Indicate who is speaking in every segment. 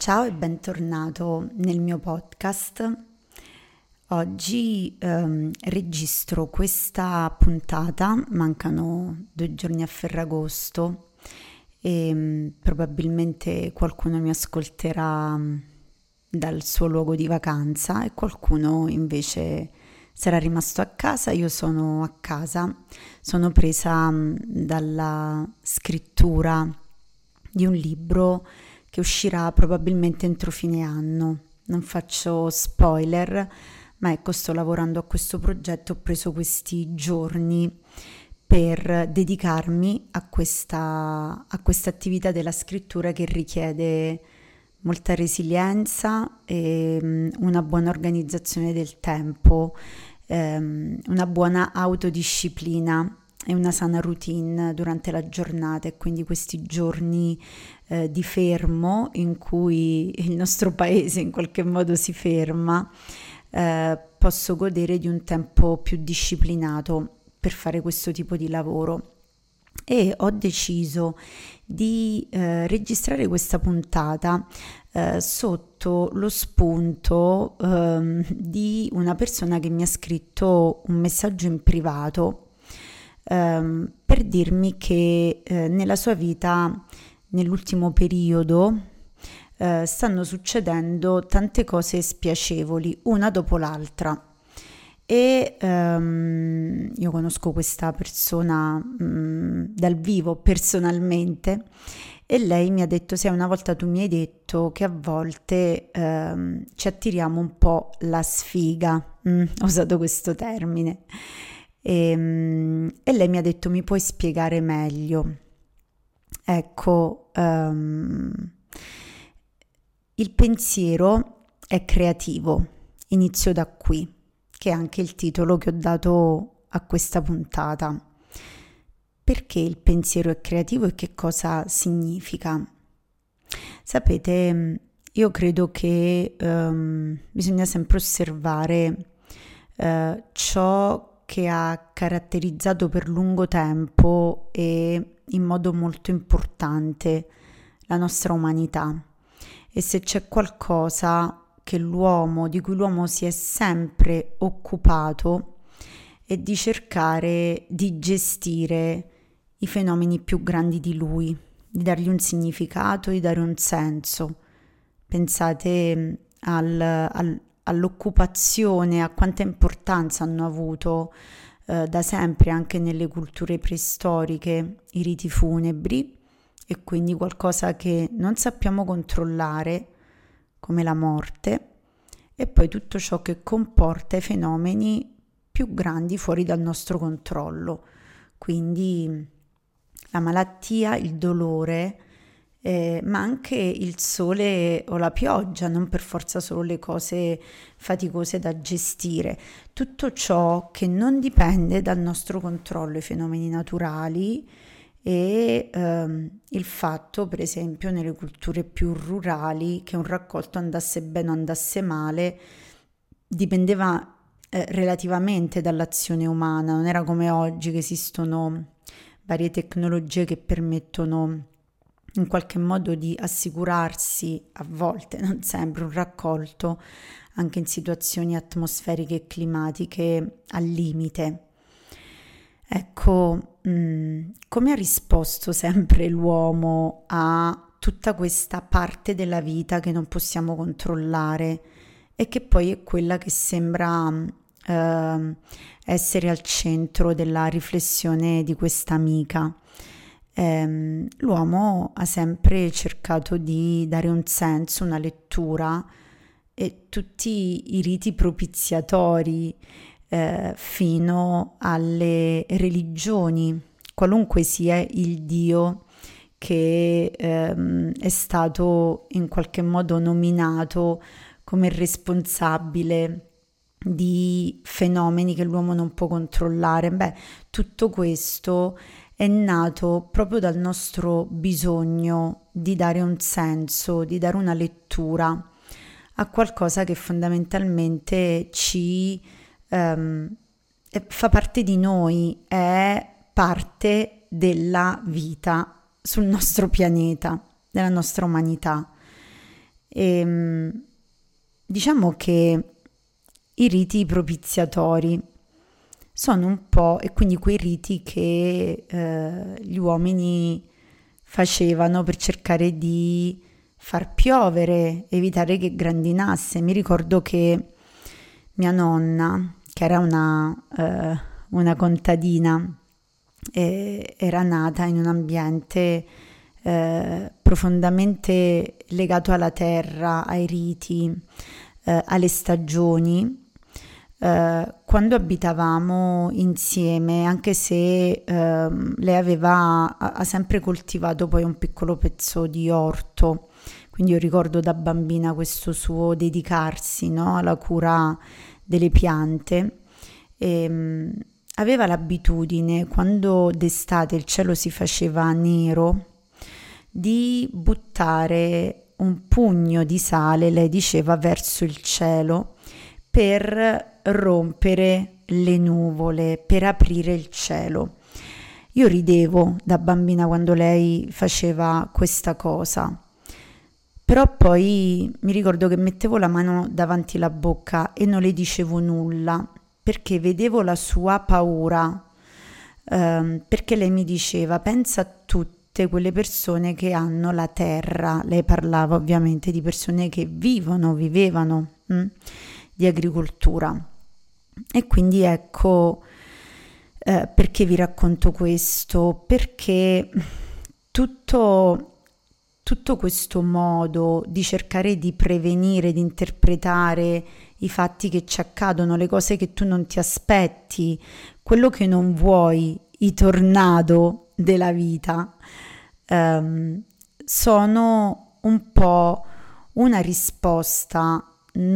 Speaker 1: Ciao e bentornato nel mio podcast. Oggi registro questa puntata, mancano 2 giorni a Ferragosto e probabilmente qualcuno mi ascolterà dal suo luogo di vacanza e qualcuno invece sarà rimasto a casa. Io sono a casa, sono presa dalla scrittura di un libro che uscirà probabilmente entro fine anno. Non faccio spoiler, ma ecco, sto lavorando a questo progetto, ho preso questi giorni per dedicarmi a questa attività della scrittura che richiede molta resilienza e una buona organizzazione del tempo, una buona autodisciplina e una sana routine durante la giornata, e quindi questi giorni di fermo in cui il nostro paese in qualche modo si ferma, posso godere di un tempo più disciplinato per fare questo tipo di lavoro. E ho deciso di registrare questa puntata sotto lo spunto di una persona che mi ha scritto un messaggio in privato per dirmi che nella sua vita, nell'ultimo periodo, stanno succedendo tante cose spiacevoli, una dopo l'altra. E io conosco questa persona dal vivo personalmente, e lei mi ha detto: sai, una volta tu mi hai detto che a volte ci attiriamo un po' la sfiga, ho usato questo termine, e lei mi ha detto: mi puoi spiegare meglio? Ecco, il pensiero è creativo, inizio da qui, che è anche il titolo che ho dato a questa puntata. Perché il pensiero è creativo e che cosa significa? Sapete, io credo che bisogna sempre osservare ciò che ha caratterizzato per lungo tempo e in modo molto importante la nostra umanità. E se c'è qualcosa di cui l'uomo si è sempre occupato, è di cercare di gestire i fenomeni più grandi di lui, di dargli un significato, di dare un senso. Pensate all'occupazione, a quanta importanza hanno avuto da sempre anche nelle culture preistoriche i riti funebri, e quindi qualcosa che non sappiamo controllare, come la morte, e poi tutto ciò che comporta i fenomeni più grandi fuori dal nostro controllo, quindi la malattia, il dolore, ma anche il sole o la pioggia, non per forza solo le cose faticose da gestire, tutto ciò che non dipende dal nostro controllo, i fenomeni naturali. E il fatto, per esempio, nelle culture più rurali, che un raccolto andasse bene o andasse male dipendeva relativamente dall'azione umana, non era come oggi che esistono varie tecnologie che permettono in qualche modo di assicurarsi, a volte, non sempre, un raccolto anche in situazioni atmosferiche e climatiche al limite. Ecco, come ha risposto sempre l'uomo a tutta questa parte della vita che non possiamo controllare e che poi è quella che sembra essere al centro della riflessione di questa amica? L'uomo ha sempre cercato di dare un senso, una lettura, e tutti i riti propiziatori fino alle religioni, qualunque sia il Dio che è stato in qualche modo nominato come responsabile di fenomeni che l'uomo non può controllare. Beh, tutto questo è nato proprio dal nostro bisogno di dare un senso, di dare una lettura a qualcosa che fondamentalmente fa parte di noi, è parte della vita sul nostro pianeta, della nostra umanità. Diciamo che i riti propiziatori sono un po', e quindi quei riti che gli uomini facevano per cercare di far piovere, evitare che grandinasse. Mi ricordo che mia nonna, che era una contadina, era nata in un ambiente profondamente legato alla terra, ai riti, alle stagioni. Quando abitavamo insieme, anche se lei ha sempre coltivato poi un piccolo pezzo di orto, quindi io ricordo da bambina questo suo dedicarsi, no, alla cura delle piante. Aveva l'abitudine, quando d'estate il cielo si faceva nero, di buttare un pugno di sale, lei diceva, verso il cielo per rompere le nuvole, per aprire il cielo. Io ridevo da bambina quando lei faceva questa cosa, però poi mi ricordo che mettevo la mano davanti alla bocca e non le dicevo nulla perché vedevo la sua paura, perché lei mi diceva: pensa a tutte quelle persone che hanno la terra. Lei parlava ovviamente di persone che vivevano di agricoltura. E quindi ecco, perché vi racconto questo? Perché tutto questo modo di cercare di prevenire, di interpretare i fatti che ci accadono, le cose che tu non ti aspetti, quello che non vuoi, i tornado della vita, sono un po' una risposta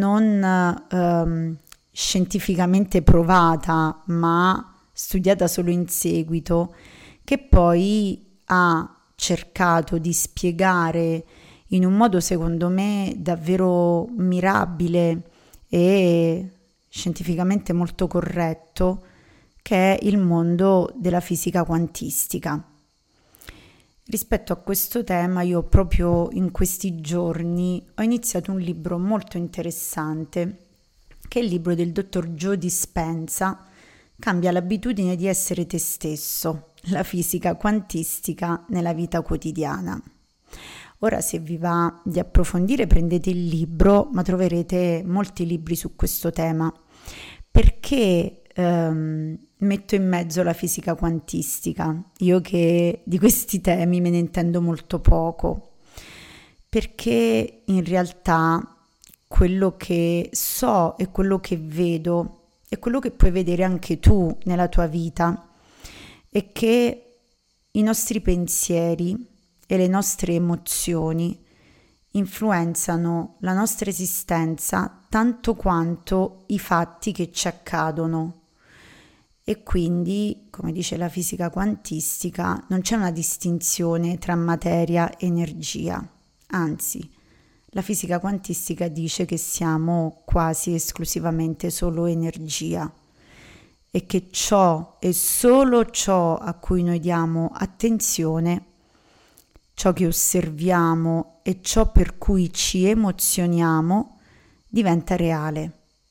Speaker 1: non scientificamente provata, ma studiata solo in seguito, che poi ha cercato di spiegare in un modo secondo me davvero mirabile e scientificamente molto corretto, che è il mondo della fisica quantistica. Rispetto a questo tema, io proprio in questi giorni ho iniziato un libro molto interessante, che è il libro del dottor Joe Dispenza, Cambia l'abitudine di essere te stesso, la fisica quantistica nella vita quotidiana. Ora, se vi va di approfondire, prendete il libro, ma troverete molti libri su questo tema. Perché metto in mezzo la fisica quantistica? Io che di questi temi me ne intendo molto poco, perché in realtà quello che so e quello che vedo è quello che puoi vedere anche tu nella tua vita, è che i nostri pensieri e le nostre emozioni influenzano la nostra esistenza tanto quanto i fatti che ci accadono. E quindi, come dice la fisica quantistica, non c'è una distinzione tra materia e energia. Anzi, la fisica quantistica dice che siamo quasi esclusivamente solo energia e che ciò e solo ciò a cui noi diamo attenzione, ciò che osserviamo e ciò per cui ci emozioniamo, diventa reale.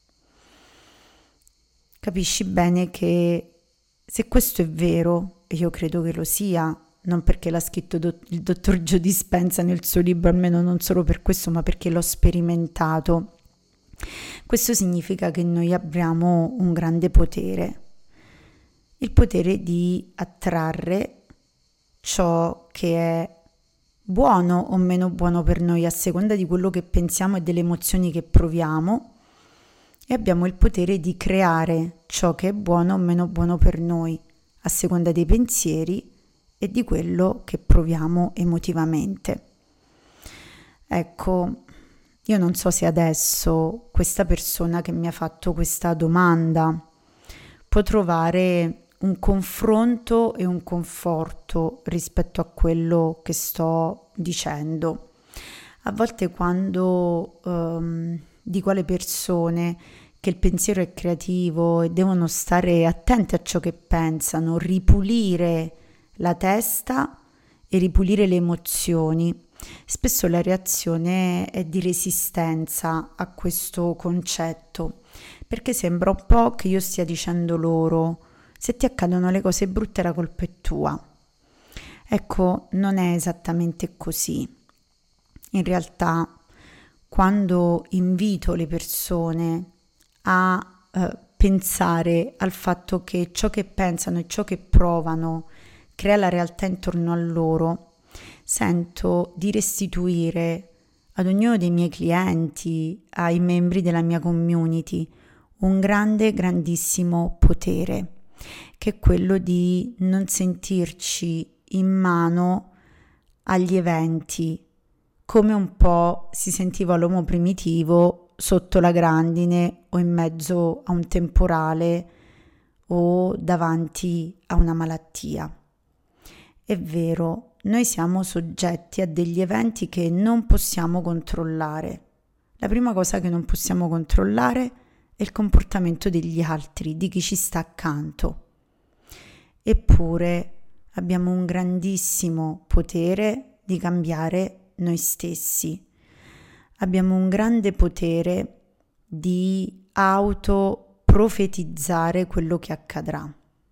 Speaker 1: Capisci bene che se questo è vero, e io credo che lo sia, non perché l'ha scritto il dottor Joe Dispenza nel suo libro, almeno non solo per questo, ma perché l'ho sperimentato, questo significa che noi abbiamo un grande potere, il potere di attrarre ciò che è buono o meno buono per noi a seconda di quello che pensiamo e delle emozioni che proviamo, e abbiamo il potere di creare ciò che è buono o meno buono per noi a seconda dei pensieri e di quello che proviamo emotivamente. Ecco, io non so se adesso questa persona che mi ha fatto questa domanda può trovare un confronto e un conforto rispetto a quello che sto dicendo. A volte quando dico alle persone che il pensiero è creativo e devono stare attenti a ciò che pensano, ripulire la testa e ripulire le emozioni, Spesso la reazione è di resistenza a questo concetto, perché sembra un po' che io stia dicendo loro: se ti accadono le cose brutte la colpa è tua. Ecco, non è esattamente così. In realtà, quando invito le persone a pensare al fatto che ciò che pensano e ciò che provano crea la realtà intorno a loro, sento di restituire ad ognuno dei miei clienti, ai membri della mia community, un grande, grandissimo potere, che è quello di non sentirci in mano agli eventi, come un po' si sentiva l'uomo primitivo sotto la grandine o in mezzo a un temporale o davanti a una malattia. È vero, noi siamo soggetti a degli eventi che non possiamo controllare. La prima cosa che non possiamo controllare è il comportamento degli altri, di chi ci sta accanto. Eppure abbiamo un grandissimo potere di cambiare noi stessi. Abbiamo un grande potere di autoprofetizzare quello che accadrà,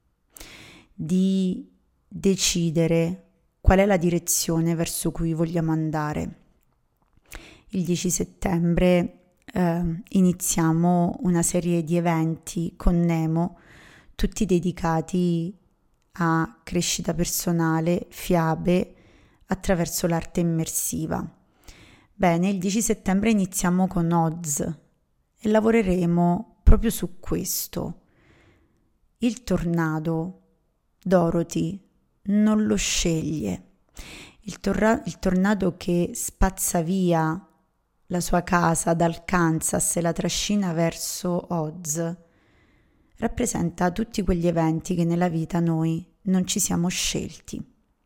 Speaker 1: di decidere qual è la direzione verso cui vogliamo andare. Il 10 settembre iniziamo una serie di eventi con Nemo, tutti dedicati a crescita personale, fiabe, attraverso l'arte immersiva. Bene, il 10 settembre iniziamo con Oz e lavoreremo proprio su questo. Il tornado, Dorothy, non lo sceglie. Il tornado che spazza via la sua casa dal Kansas e la trascina verso Oz rappresenta tutti quegli eventi che nella vita noi non ci siamo scelti.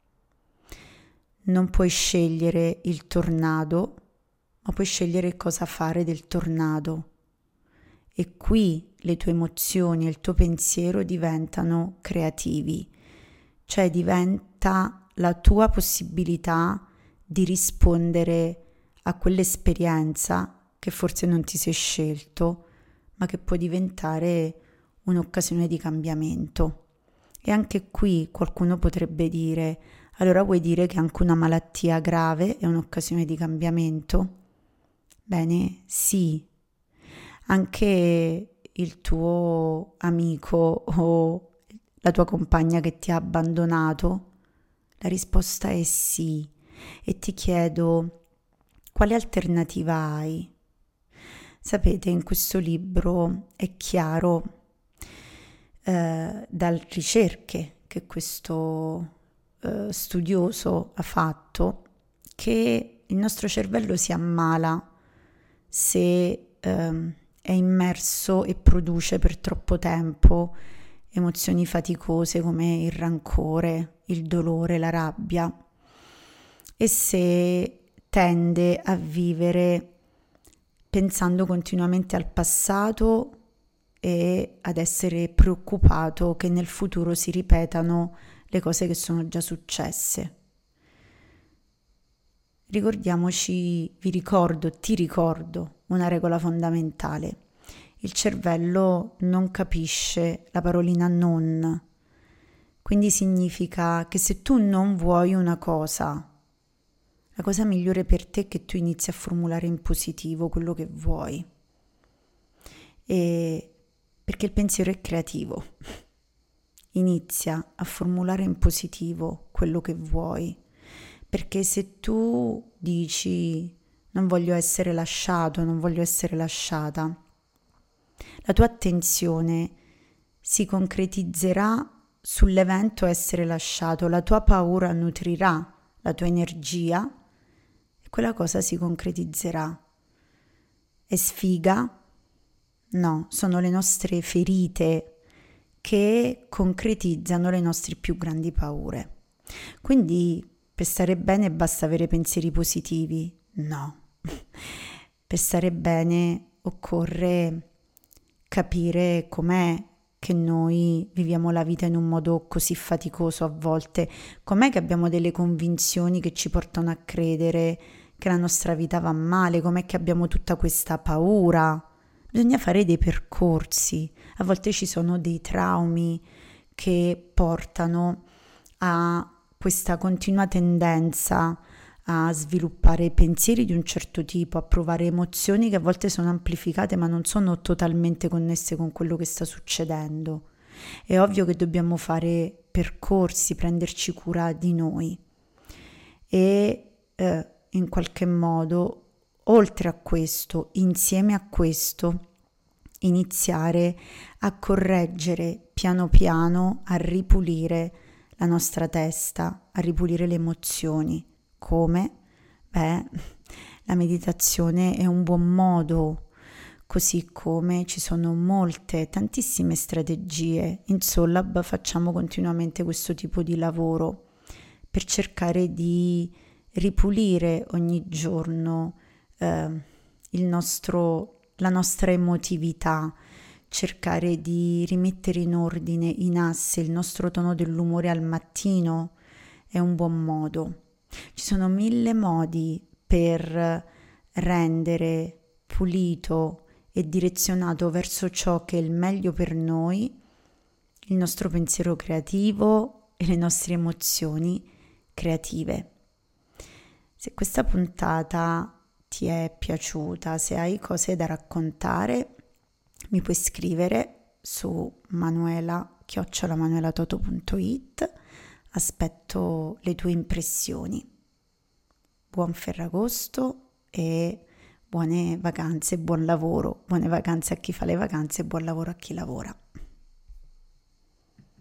Speaker 1: Non puoi scegliere il tornado, ma puoi scegliere cosa fare del tornado. E qui le tue emozioni e il tuo pensiero diventano creativi, cioè diventa la tua possibilità di rispondere a quell'esperienza che forse non ti sei scelto, ma che può diventare un'occasione di cambiamento. E anche qui qualcuno potrebbe dire: allora vuoi dire che anche una malattia grave è un'occasione di cambiamento? Bene, sì. Anche il tuo amico o la tua compagna che ti ha abbandonato? La risposta è sì. E ti chiedo: quale alternativa hai? Sapete, in questo libro è chiaro dalle ricerche che questo studioso ha fatto che il nostro cervello si ammala se è immerso e produce per troppo tempo emozioni faticose come il rancore, il dolore, la rabbia, e se tende a vivere pensando continuamente al passato e ad essere preoccupato che nel futuro si ripetano le cose che sono già successe. Ricordiamoci, ti ricordo una regola fondamentale. Il cervello non capisce la parolina non, quindi significa che se tu non vuoi una cosa, la cosa migliore per te è che tu inizi a formulare in positivo quello che vuoi. Perché il pensiero è creativo. Inizia a formulare in positivo quello che vuoi. Perché se tu dici non voglio essere lasciato, non voglio essere lasciata, la tua attenzione si concretizzerà sull'evento essere lasciato, la tua paura nutrirà la tua energia e quella cosa si concretizzerà. È sfiga? No, sono le nostre ferite che concretizzano le nostre più grandi paure. Quindi per stare bene basta avere pensieri positivi? No. Per stare bene occorre capire com'è che noi viviamo la vita in un modo così faticoso a volte? Com'è che abbiamo delle convinzioni che ci portano a credere che la nostra vita va male? Com'è che abbiamo tutta questa paura? Bisogna fare dei percorsi, a volte ci sono dei traumi che portano a questa continua tendenza a sviluppare pensieri di un certo tipo, a provare emozioni che a volte sono amplificate ma non sono totalmente connesse con quello che sta succedendo. È ovvio che dobbiamo fare percorsi, prenderci cura di noi e in qualche modo, oltre a questo, insieme a questo, iniziare a correggere piano piano, a ripulire la nostra testa, a ripulire le emozioni. Come? Beh, la meditazione è un buon modo, così come ci sono tantissime strategie. In Sollab facciamo continuamente questo tipo di lavoro per cercare di ripulire ogni giorno la nostra emotività, cercare di rimettere in ordine, in asse il nostro tono dell'umore al mattino è un buon modo. Ci sono 1000 modi per rendere pulito e direzionato verso ciò che è il meglio per noi, il nostro pensiero creativo e le nostre emozioni creative. Se questa puntata ti è piaciuta, se hai cose da raccontare, mi puoi scrivere su manuela@manuelatoto.it. Aspetto le tue impressioni. Buon Ferragosto e buone vacanze, buon lavoro. Buone vacanze a chi fa le vacanze e buon lavoro a chi lavora.